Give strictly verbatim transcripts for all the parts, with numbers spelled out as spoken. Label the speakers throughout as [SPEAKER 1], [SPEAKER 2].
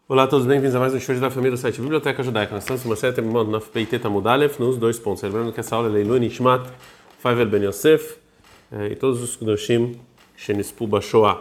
[SPEAKER 1] Olá a todos, bem-vindos a mais um show da família do site Biblioteca Judaica. Nós estamos em uma série na Peiteta Mudalef, nos dois pontos. Lembrando que essa aula é Leilu Nishmat, Faivel Ben Yosef e todos os Kudoshim Shenispu Bashoah.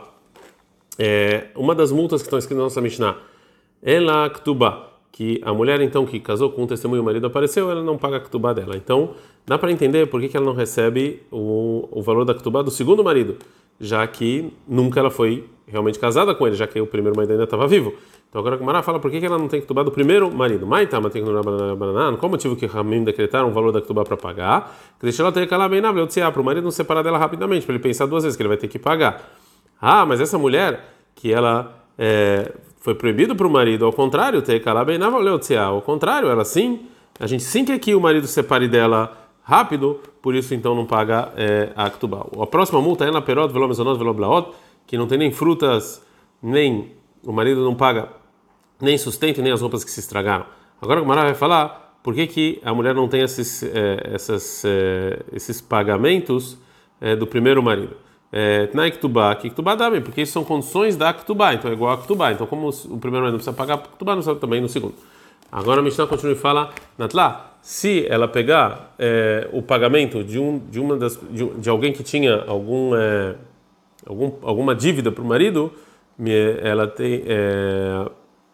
[SPEAKER 1] Uma das multas que estão escritas na nossa Mishnah, ela Ktubá, que a mulher então que casou com um testemunho e o marido apareceu, ela não paga a Ktubá dela. Então, dá para entender por que, que ela não recebe o, o valor da Ktubá do segundo marido, já que nunca ela foi realmente casada com ele, já que o primeiro marido ainda estava vivo. Então agora a Gemara fala por que, que ela não tem Ktubá do primeiro marido. Maitama tem que Qual o motivo que Ramim decretaram o valor da Ktubá para pagar? Que deixa ela ter que ela bem na para o marido não separar dela rapidamente, para ele pensar duas vezes que ele vai ter que pagar. Ah, mas essa mulher que ela é, foi proibido para o marido, ao contrário, ter que ela bem na ao contrário, ela sim, a gente sim quer que o marido separe dela rápido, por isso então não paga é, a Ktubá. A próxima multa é na perot, velo mesonot, velo blaot, que não tem nem frutas, nem o marido não paga nem sustento, nem as roupas que se estragaram. Agora o Gemara vai falar por que, que a mulher não tem esses, é, essas, é, esses pagamentos é, do primeiro marido. Tnai Ktubá, que Ktubá dá bem, porque isso são condições da Ktubá, então é igual a Ktubá. Então, como o primeiro marido não precisa pagar, Ktubá não precisa também no segundo. Agora a Mishnah continua e fala, Natlá, se ela pegar é, o pagamento de, um, de, uma das, de, de alguém que tinha algum, é, algum, alguma dívida para o marido, ela tem. É,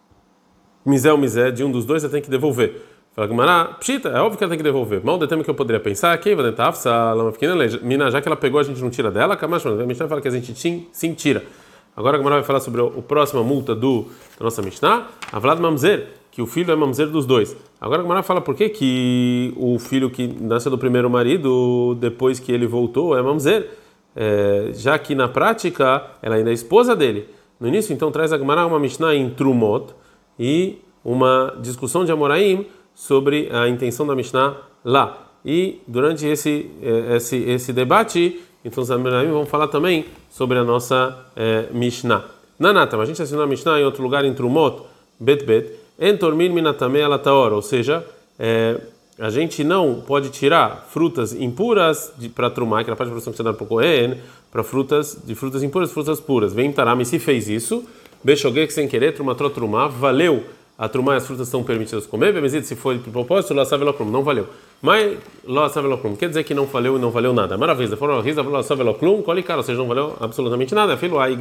[SPEAKER 1] misé ou misé, de um dos dois, ela tem que devolver. Fala Gemara, pshita, é óbvio que ela tem que devolver. Mal determina que eu poderia pensar, que vai tentar, mina, já que ela pegou, a gente não tira dela, a Mishnah fala que a gente sim, sim tira. Agora a Gemara vai falar sobre o, o próximo multa do, da nossa Mishnah, a Vlad Mamzer, que o filho é Mamzer dos dois. Agora a Gemara fala por que que o filho que nasceu do primeiro marido, depois que ele voltou, é Mamzer, é, já que na prática ela ainda é esposa dele. No início, então, traz a Gemara uma Mishnah em Trumot e uma discussão de Amoraim sobre a intenção da Mishnah lá. E durante esse esse esse debate, então os Amoraim vão falar também sobre a nossa é, Mishnah. Nanata, mas a gente assinou a Mishnah em outro lugar em Trumot, Bet Bet, Entormin minatame alataor, ou seja, é, a gente não pode tirar frutas impuras para trumar, que era a parte de produção que você dá para o Kohen, para frutas de frutas impuras, frutas puras. Vem Tarami, se fez isso, Bechogek sem querer, trumatró trumar, valeu. A trumar e as frutas estão permitidas comer, bemezid, se foi de propósito, lá sabe locrum, não valeu. Mas lá sabe locrum, quer dizer que não valeu e não valeu nada. Maravilha, foram risa, lá sabe locrum, cole cara, ou seja, não valeu absolutamente nada. Filho, aí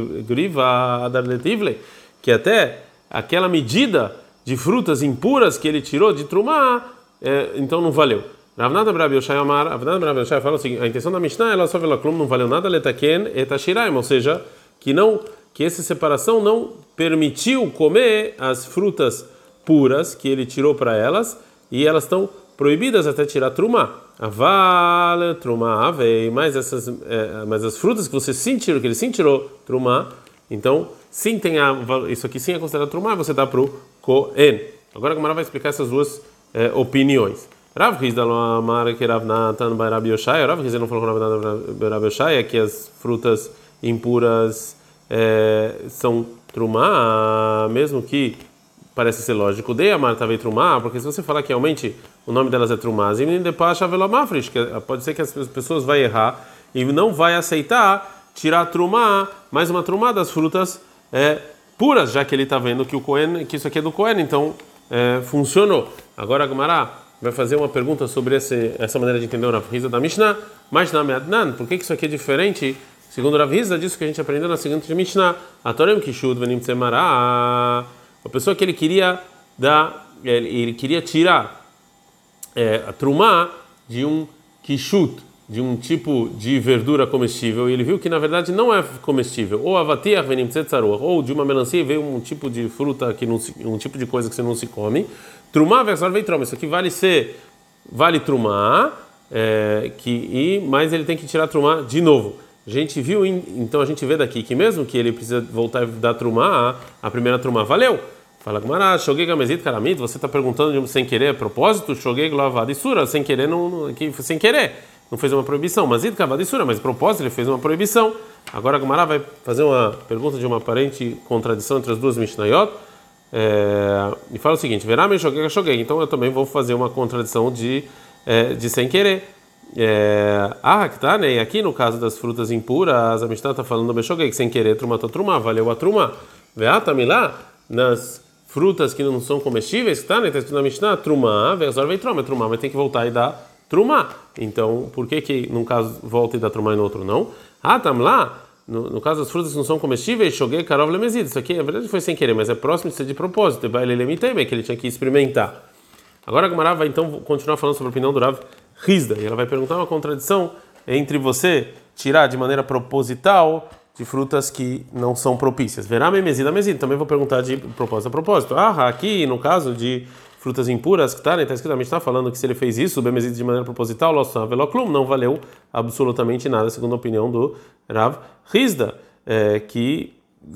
[SPEAKER 1] griva adarletivle, que até aquela medida de frutas impuras que ele tirou de trumar, é, então não valeu. Ravnada Brabi Yoshai Amar, Ravnada Brabi Yoshai fala o seguinte: a intenção da Mishnah é lá sabe locrum, não valeu nada, letaken etashiraim, ou seja, que não que essa separação não permitiu comer as frutas puras que ele tirou para elas e elas estão proibidas até tirar trumá. Aval, trumá, avei, mas essas, é, mas as frutas que você sim tirou, que ele sim tirou trumá, então sim tem a, isso aqui sim é considerado trumá, você dá para o Kohen. Agora a Gemara vai explicar essas duas é, opiniões. Rav Hizda lo amar que Rav Natan bai Rabi Yoshai, Rav Hizda não falou com Rav Natan bai Rabi Yoshai, é que as frutas impuras É, são trumá, mesmo que parece ser lógico, de amar também trumá, porque se você falar que realmente o nome delas é trumá, pode ser que as pessoas vão errar e não vai aceitar tirar trumá, mais uma trumá das frutas é, puras, já que ele está vendo que o Kohen, que isso aqui é do Kohen, então é, funcionou. Agora a Gemara vai fazer uma pergunta sobre esse, essa maneira de entender o Rav Hizda da Mishnah, mas na Me'adnan, por que isso aqui é diferente? Segundo Rav Hizda, disso que a gente aprendeu na seguinte Mishnah, Atorem Kishud Venim Tsemara, a pessoa que ele queria dar, ele, ele queria tirar é, a trumá de um kishut, de um tipo de verdura comestível, e ele viu que na verdade não é comestível, ou avatiach venim tzetzaruach, ou de uma melancia e veio um tipo de fruta que não se, um tipo de coisa que você não se come. Trumá versar vem troma, isso aqui vale ser vale trumá, é, que e mas ele tem que tirar trumá de novo. A gente viu, então a gente vê daqui que mesmo que ele precisa voltar a dar trumá, a primeira trumá valeu. Fala Gemara, shoguei gamezit karamid, você está perguntando de, sem querer, a propósito, shoguei glavada e sura, sem querer, não, que, sem querer, não fez uma proibição, mas it kavada e sura, mas a propósito ele fez uma proibição. Agora a Gemara vai fazer uma pergunta de uma aparente contradição entre as duas Mishnayot, é, e fala o seguinte, verá me shoguei shoguei, então eu também vou fazer uma contradição de, é, de sem querer. É, ah, que tá, né? E aqui no caso das frutas impuras, a Mishnah está falando do Beshogeg, que sem querer, trumá, trumá, valeu a trumá. Veata milá, nas frutas que não são comestíveis, tá? Está escrito na Mishnah, trumá, vezor vei troma, trumá, mas tem que voltar e dar trumá. Então, por que que num caso volta e dá trumá e no outro não? Ah, tam lá, no, no caso das frutas que não são comestíveis, joguei karov lemezid. Isso aqui, na verdade, foi sem querer, mas é próximo de ser de propósito. Ele limitei bem que ele tinha que experimentar. Agora a Gemara vai então continuar falando sobre a opinião do Rav Hizda, e ela vai perguntar uma contradição entre você tirar de maneira proposital de frutas que não são propícias. Verá memezida mesida. Também vou perguntar de propósito a propósito. Ah, aqui no caso de frutas impuras, que está tá escrito, a gente está falando que se ele fez isso, o bemezida de maneira proposital, não valeu absolutamente nada, segundo a opinião do Rav Hizda, é, que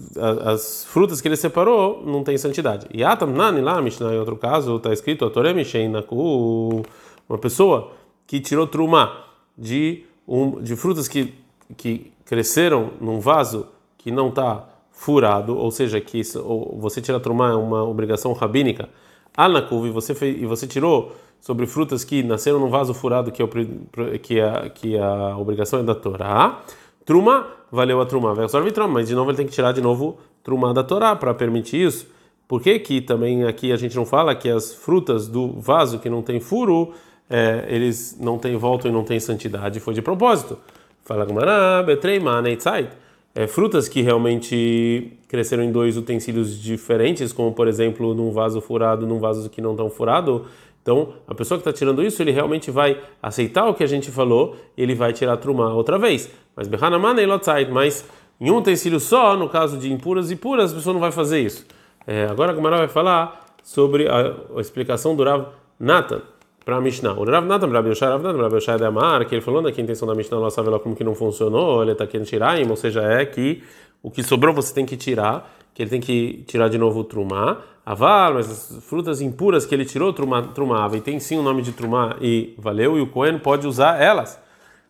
[SPEAKER 1] as frutas que ele separou não tem santidade. E atam nani lá, Mishnah, em outro caso, está escrito a Torah Misheinaku, uma pessoa que tirou trumá de um, de frutas que que cresceram num vaso que não está furado, ou seja, que ou você tirar trumá é uma obrigação rabínica. Alnakuv, e você fez, e você tirou sobre frutas que nasceram num vaso furado, que é o, que a que a obrigação é da Torá. Trumá valeu a trumá, mas de novo ele tem que tirar de novo trumá da Torá para permitir isso. Por que que também aqui a gente não fala que as frutas do vaso que não tem furo, é, eles não têm volta e não têm santidade? Foi de propósito. Fala Gumara, betreima neitzait. É, frutas que realmente cresceram em dois utensílios diferentes, como por exemplo num vaso furado, num vaso que não tão furado. Então, a pessoa que está tirando isso, ele realmente vai aceitar o que a gente falou, e ele vai tirar trumá outra vez. Mas Behanamana elotzait, mas em um utensílio só, no caso de impuras e puras, a pessoa não vai fazer isso. É, agora a Gemara vai falar sobre a, a explicação do Rav Natan para a Mishnah. O Rav Natan, Rav Yoshai, Rav Natan, Rav Yoshai de Amar, que ele falou que a intenção da Mishnah, ela sabe lá como que não funcionou, ele está querendo tirar, ou seja, é que o que sobrou você tem que tirar, que ele tem que tirar de novo o trumá. Avar, mas as frutas impuras que ele tirou, trumá, trumá, e tem sim o nome de trumá e valeu, e o Cohen pode usar elas.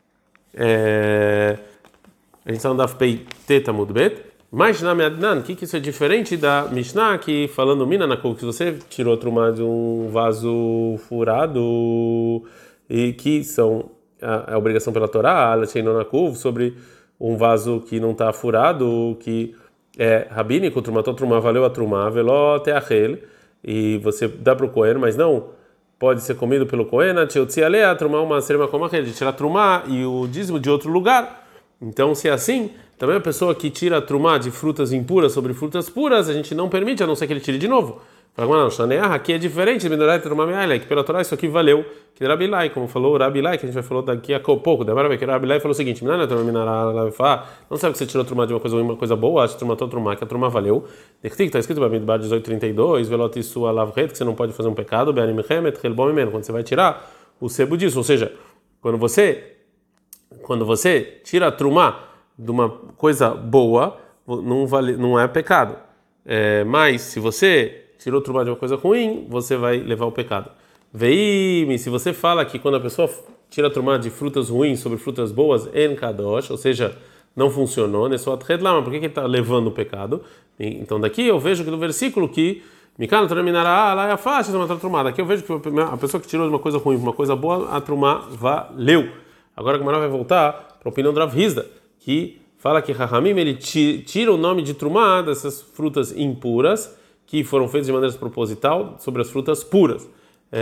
[SPEAKER 1] É, a gente está no Daf Pei Teta Mudbet. Mas na Meadnan, o que, que isso é diferente da Mishnah, que falando mina na que você tirou trumá de um vaso furado e que são a, a obrigação pela Torá, sobre um vaso que não está furado, que é rabínico, trumá, trumá valeu a trumá, veló teachel, e você dá para o Cohen, mas não pode ser comido pelo Cohen, a trumá uma serma como aquele, de tirar trumá e o dízimo de outro lugar. Então, se é assim, também a pessoa que tira trumá de frutas impuras sobre frutas puras, a gente não permite, a não ser que ele tire de novo. Aqui é diferente, que pela Torá isso aqui valeu, que Rabi Lai, como falou o Rabi Lai, que a gente vai falar daqui a pouco, que Rabi Lai falou o seguinte, não sabe que você tirou trumá de uma coisa uma coisa boa, acho que trumá trumá, que a trumá valeu. Está escrito no Bamidbar dezoito trinta e dois, que você não pode fazer um pecado, quando você vai tirar o sebo disso, ou seja, quando você quando você tira trumá de uma coisa boa, não vale, não é pecado. É, mas se você tirou trumá de uma coisa ruim, você vai levar o pecado. Veime, se você fala que quando a pessoa tira trumá de frutas ruins sobre frutas boas, en kadosh, ou seja, não funcionou, nessuat redlama, por que que ele está levando o pecado? Então daqui eu vejo que no versículo que Mikana terminará lá é fácil de matar trumá. Daqui eu vejo que a pessoa que tirou de uma coisa ruim uma coisa boa, a trumá valeu. Agora a Gemara vai voltar para a opinião do Rav Hizda, que fala que Rahamim ele tira o nome de trumá dessas frutas impuras que foram feitas de maneira proposital sobre as frutas puras.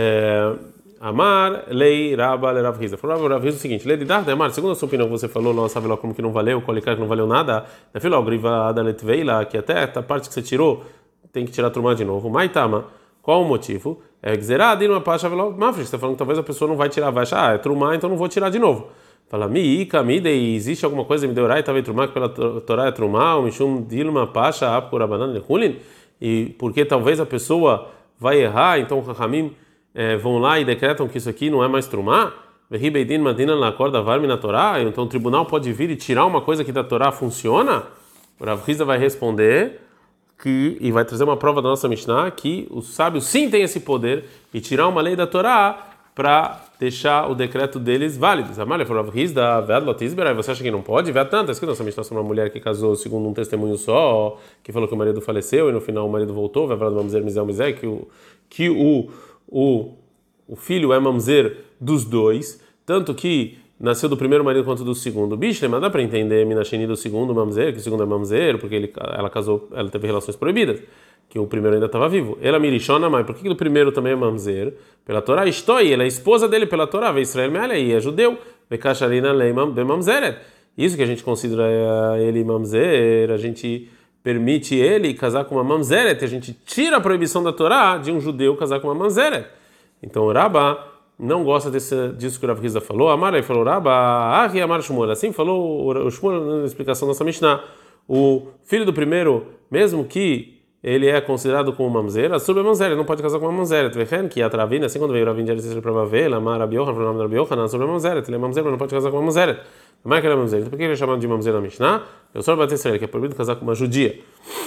[SPEAKER 1] É, Amar, lei, Rabba, le Rav Hizda. Falou Rav Hizda o seguinte: lei de Darda, Amar, segundo a sua opinião que você falou, não sabe lá como que não valeu, colicar que não valeu nada, da fila griva da letveila, que até a parte que você tirou tem que tirar trumá de novo. Maitama, qual o motivo? É Gzerad e uma pacha velo mafresh. Você está falando que talvez a pessoa não vai tirar, vai achar, ah, é trumá, então não vou tirar de novo. Fala, mi, kamide, existe alguma coisa, me deu rai, talvez trumá, que pela Torá é trumá, o mishum dilma pacha apurabanan lekulin, e porque talvez a pessoa vai errar, então os Rahamim é, vão lá e decretam que isso aqui não é mais trumá, vehibeidin madina na corda varme na Torá, então o tribunal pode vir e tirar uma coisa que da Torá funciona? O Rav Hizda vai responder que, e vai trazer uma prova da nossa Mishnah, que os sábios sim têm esse poder e tirar uma lei da Torá para deixar o decreto deles válidos. Amália falou, Rav Hizda, você acha que não pode? Vê tanto, é que nossa Mishnah sobre uma mulher que casou segundo um testemunho só, que falou que o marido faleceu e no final o marido voltou, vai falar do mamzer, mizel, mizel, que o que o, o, o filho é mamzer dos dois, tanto que nasceu do primeiro marido quanto do segundo. Bicho, mas dá para entender Minasheni do segundo mamzer, que o segundo é mamzer, porque ele, ela casou, ela teve relações proibidas. que o primeiro ainda estava vivo. Ela mirishona, mas por que, que o primeiro também é mamzer? Pela Torá, Istoi, ela é esposa dele pela Torá, ve Israel me'alei, e é judeu, ve kasharina leimam bemamzeret. Isso que a gente considera ele mamzer, a gente permite ele casar com uma mamzeret, a gente tira a proibição da Torá de um judeu casar com uma mamzeret. Então o Rabba não gosta desse, disso que o Rav Hizda falou. Amar, ele falou, Rabba, Ahi Amar Shmuel. Assim falou o Shmuel na explicação da nossa Mishnah. O filho do primeiro, mesmo que ele é considerado como mamzer, a surba é mamzer, ele não pode casar com uma mamzer. Tvehen, que a Travina, assim quando veio o Rav Hizda para Bavel, Amar Rabi Yochanan, falou o nome do Rabi Yochanan, a surba é mamzer, ele é mamzer, mas não pode casar com uma mamzer. Como é que ele é mamzer? Então por que ele é chamado de mamzer na Mishnah? Eu sou o Bate Israel, que é proibido casar com uma judia.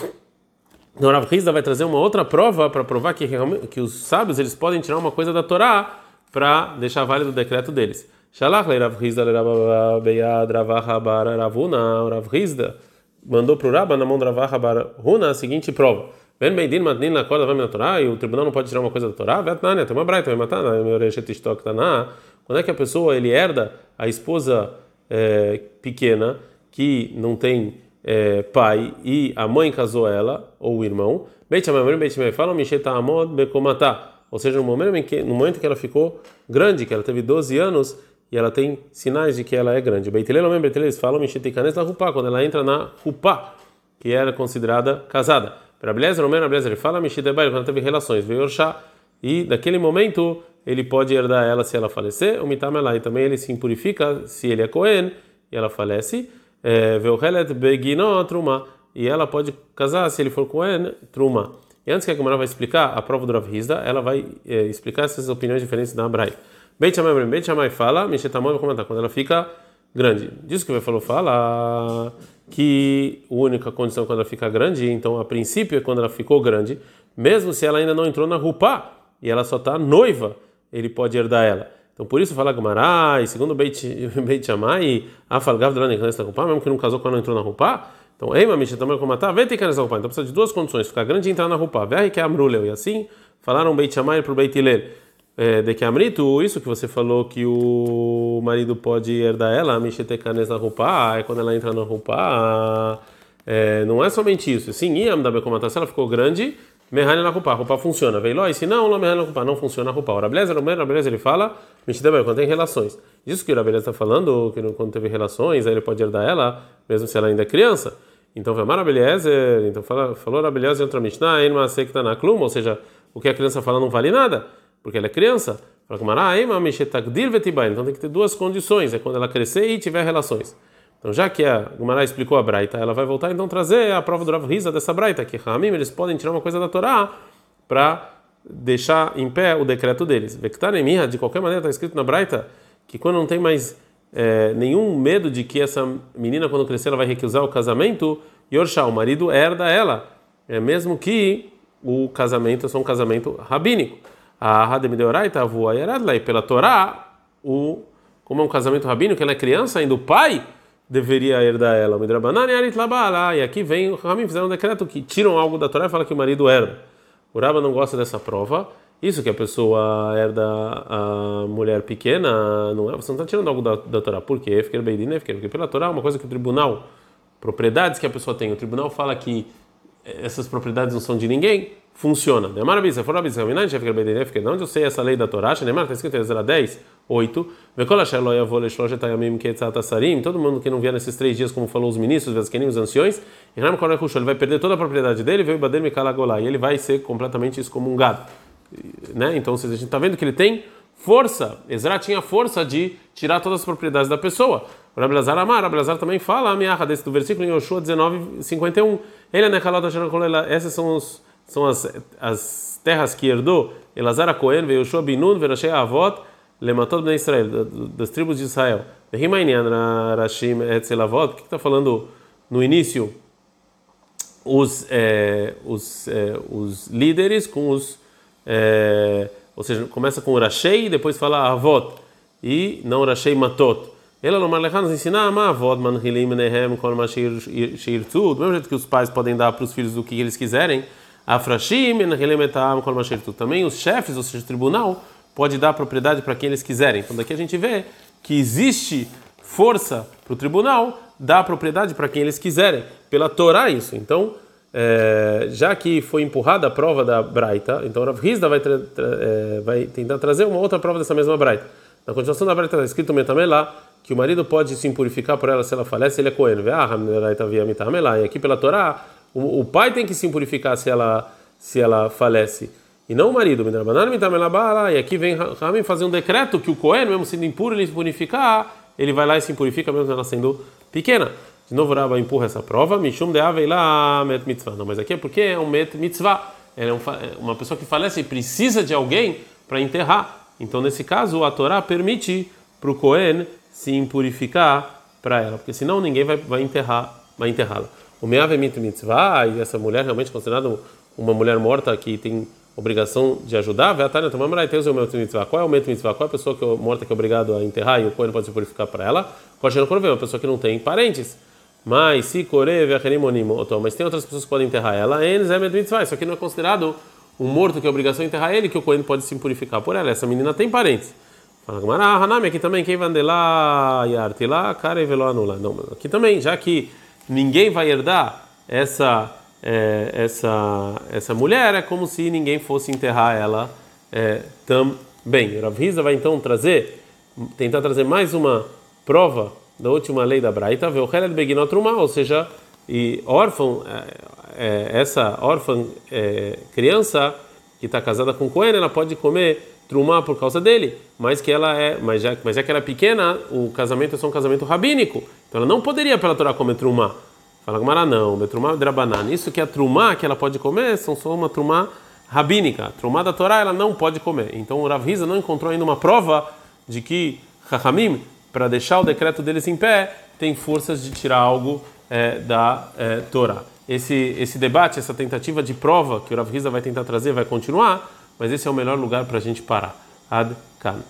[SPEAKER 1] Então o Rav Hizda vai trazer uma outra prova para provar que, que os sábios eles podem tirar uma coisa da Torá para deixar válido o decreto deles. Shalach le Rav Hizda le Rabba Beyad Ravacha bar Ravuna. O Rav Hizda mandou para o Rabba na mão do Ravacha bar Huna a seguinte prova: Ben Beidin matnin la kola vem na Torá, e o tribunal não pode tirar uma coisa da Torá. Vetnania, tem uma braita, vai matar na meorechet ishtok taná. Quando é que a pessoa ele herda a esposa é, pequena que não tem é, pai e a mãe casou ela ou o irmão? Beit Shammai, Beit Shammai fala misheta amod bekomatá. Ou seja, no momento em que no momento que ela ficou grande, que ela teve doze anos e ela tem sinais de que ela é grande. Beit Hillel, Beit Hillel, eles falam mishitikanes la rupá, quando ela entra na rupá, que era considerada casada. Para Abeleza, Romero, Abeleza, ele fala mishitebai, quando ela teve relações, veio Orshá, e naquele momento ele pode herdar ela se ela falecer, o mitam ela, e também ele se impurifica se ele é Cohen e ela falece, veio Helet begino truma, e ela pode casar se ele for Cohen truma. E antes que a Gemara vai explicar a prova do Rav Hizda, ela vai é, explicar essas opiniões diferentes da Abraia. Beit Shammai, Beit Shammai fala, Mishetamon vai comentar, quando ela fica grande. Diz que vai falou fala que a única condição quando ela fica grande, então a princípio é quando ela ficou grande, mesmo se ela ainda não entrou na Rupá e ela só está noiva, ele pode herdar ela. Então por isso fala Gemara, e segundo Beit, Beit Shammai, a falgav dranik nessa Rupá, mesmo que não casou quando não entrou na Rupá. Então, ei, mamicha, também como matar, vem ter que nessa roupa. Então precisa de duas condições: ficar grande e entrar na roupa. Vem que amruleu. E assim falaram Beit Shammai para o Beit Hillel. De que amrito, isso que você falou que o marido pode herdar ela, mexer ter canes na roupa, é quando ela entra na roupa. É, não é somente isso. Sim, ia me dar bem como matar. Se ela ficou grande, merrane na roupa. A roupa funciona. Veio lá, e se não, não merrane na roupa. Não funciona a roupa. Ora, beleza, ora, beleza, ele fala, mexer bem quando tem relações. Isso que o Rabeleza está falando, que quando teve relações, aí ele pode herdar ela, mesmo se ela ainda é criança. Então, vai Mara Beliezer, então fala, falou Rabeleza em outra Mishnah, em uma secta na Klum, ou seja, o que a criança fala não vale nada, porque ela é criança. Fala com Mara, então tem que ter duas condições, é quando ela crescer e tiver relações. Então, já que a Gemara explicou a Braita, ela vai voltar então trazer a prova do Rav Hizda dessa Braita, que Ramim, eles podem tirar uma coisa da Torá para deixar em pé o decreto deles. Vektanemia, de qualquer maneira, está escrito na Braita que quando não tem mais É, nenhum medo de que essa menina, quando crescer, ela vai recusar o casamento, Yorshá, o marido herda ela, é, mesmo que o casamento seja um casamento rabínico. A Hadem Deoraita voa e pela Torá, o, como é um casamento rabínico, ela é criança, ainda o pai deveria herdar ela. E aqui vem, o Ramim fizeram um decreto que tiram algo da Torá e falam que o marido herda. O Rabba não gosta dessa prova. Isso que a pessoa herda a mulher pequena, não é? Você não está tirando algo da, da Torá. Por quê? Porque pela Torá é uma coisa que o tribunal, propriedades que a pessoa tem, o tribunal fala que essas propriedades não são de ninguém, funciona. De onde eu sei essa lei da Torá? Está escrito em Ezra dez, oito. Todo mundo que não vier nesses três dias, como falou os ministros, os anciões, ele vai perder toda a propriedade dele, e ele vai ser completamente excomungado. Né? Então, a gente está vendo que ele tem força. Ezra tinha força de tirar todas as propriedades da pessoa. O Rabi Elazar Amar, Rabi Elazar também fala a ameaça desse do versículo em Yoshua dezenove, cinquenta e um. Ele é essas são, os, são as, as terras que herdou Elazar a Cohen, Yoshua Binun, Verashei Avot, Lematot Bnei Israel, das tribos de Israel. Rashim Etzelavot, o que está falando no início? Os, é, os, é, os líderes com os É, ou seja, começa com Rashei e depois fala Avot e não Rashei Matot. Ela no Marlechá nos ensina a Avot manhilim nehem kol ma sheirtu, do mesmo jeito que os pais podem dar para os filhos o que eles quiserem, Afrashim manhilim etam kol ma sheirtu. Também os chefes, ou seja, o tribunal pode dar propriedade para quem eles quiserem. Então daqui a gente vê que existe força para o tribunal dar propriedade para quem eles quiserem. Pela Torá isso. Então é, já que foi empurrada a prova da Braita, então Rav Hizda vai, tra, tra, é, vai tentar trazer uma outra prova dessa mesma Braita. Na continuação da Braita está escrito Metamelá, que o marido pode se impurificar por ela se ela falece, ele é Cohen. E aqui pela Torá, o, o pai tem que se impurificar se ela, se ela falece, e não o marido. E aqui vem Ramim fazer um decreto que o Cohen, mesmo sendo impuro, ele se purificar, ele vai lá e se impurifica mesmo ela sendo pequena. De novo, Rabba empurra essa prova. Mishum de lá met mitzvah. Não, mas aqui é porque é um met mitzvah. Ele é um, uma pessoa que falece e precisa de alguém para enterrar. Então, nesse caso, a Torá permite para o Cohen se impurificar para ela, porque senão ninguém vai, vai enterrar, vai enterrá-la. O meav é mit mitzvah, e essa mulher realmente é considerada uma mulher morta que tem obrigação de ajudar. Qual é o met mitzvah? Qual é a pessoa que é morta que é obrigado a enterrar e o Cohen pode se purificar para ela? Qual é uma pessoa que não tem parentes. Mas se coreve mas tem outras pessoas que podem enterrar ela, isso aqui não é considerado um morto que é obrigação de enterrar ele, que o Cohen pode se purificar por ela. Essa menina tem parentes. Fala Gamara, Hanami, aqui também, quem vai lá e arte lá, cara e velo anula. Não, aqui também, já que ninguém vai herdar essa é, essa essa mulher, é como se ninguém fosse enterrar ela é, também. Rav Hizda vai então trazer, tentar trazer mais uma prova da última lei da Braita, ou seja, e órfão, é, é, essa órfã é, criança que está casada com Cohen, ela pode comer trumá por causa dele, mas que ela é, mas já, mas já que ela é pequena, o casamento é só um casamento rabínico, então ela não poderia pela Torá comer trumá. Fala Gamara, não, trumá drabanan. Isso que a trumá que ela pode comer são só uma trumá rabínica. A trumá da Torá ela não pode comer. Então o Rav Hizda não encontrou ainda uma prova de que Chachamim, para deixar o decreto deles em pé, tem forças de tirar algo é, da é, Torá. Esse, esse debate, essa tentativa de prova que o Rav Hizda vai tentar trazer vai continuar, mas esse é o melhor lugar para a gente parar. Ad Kan.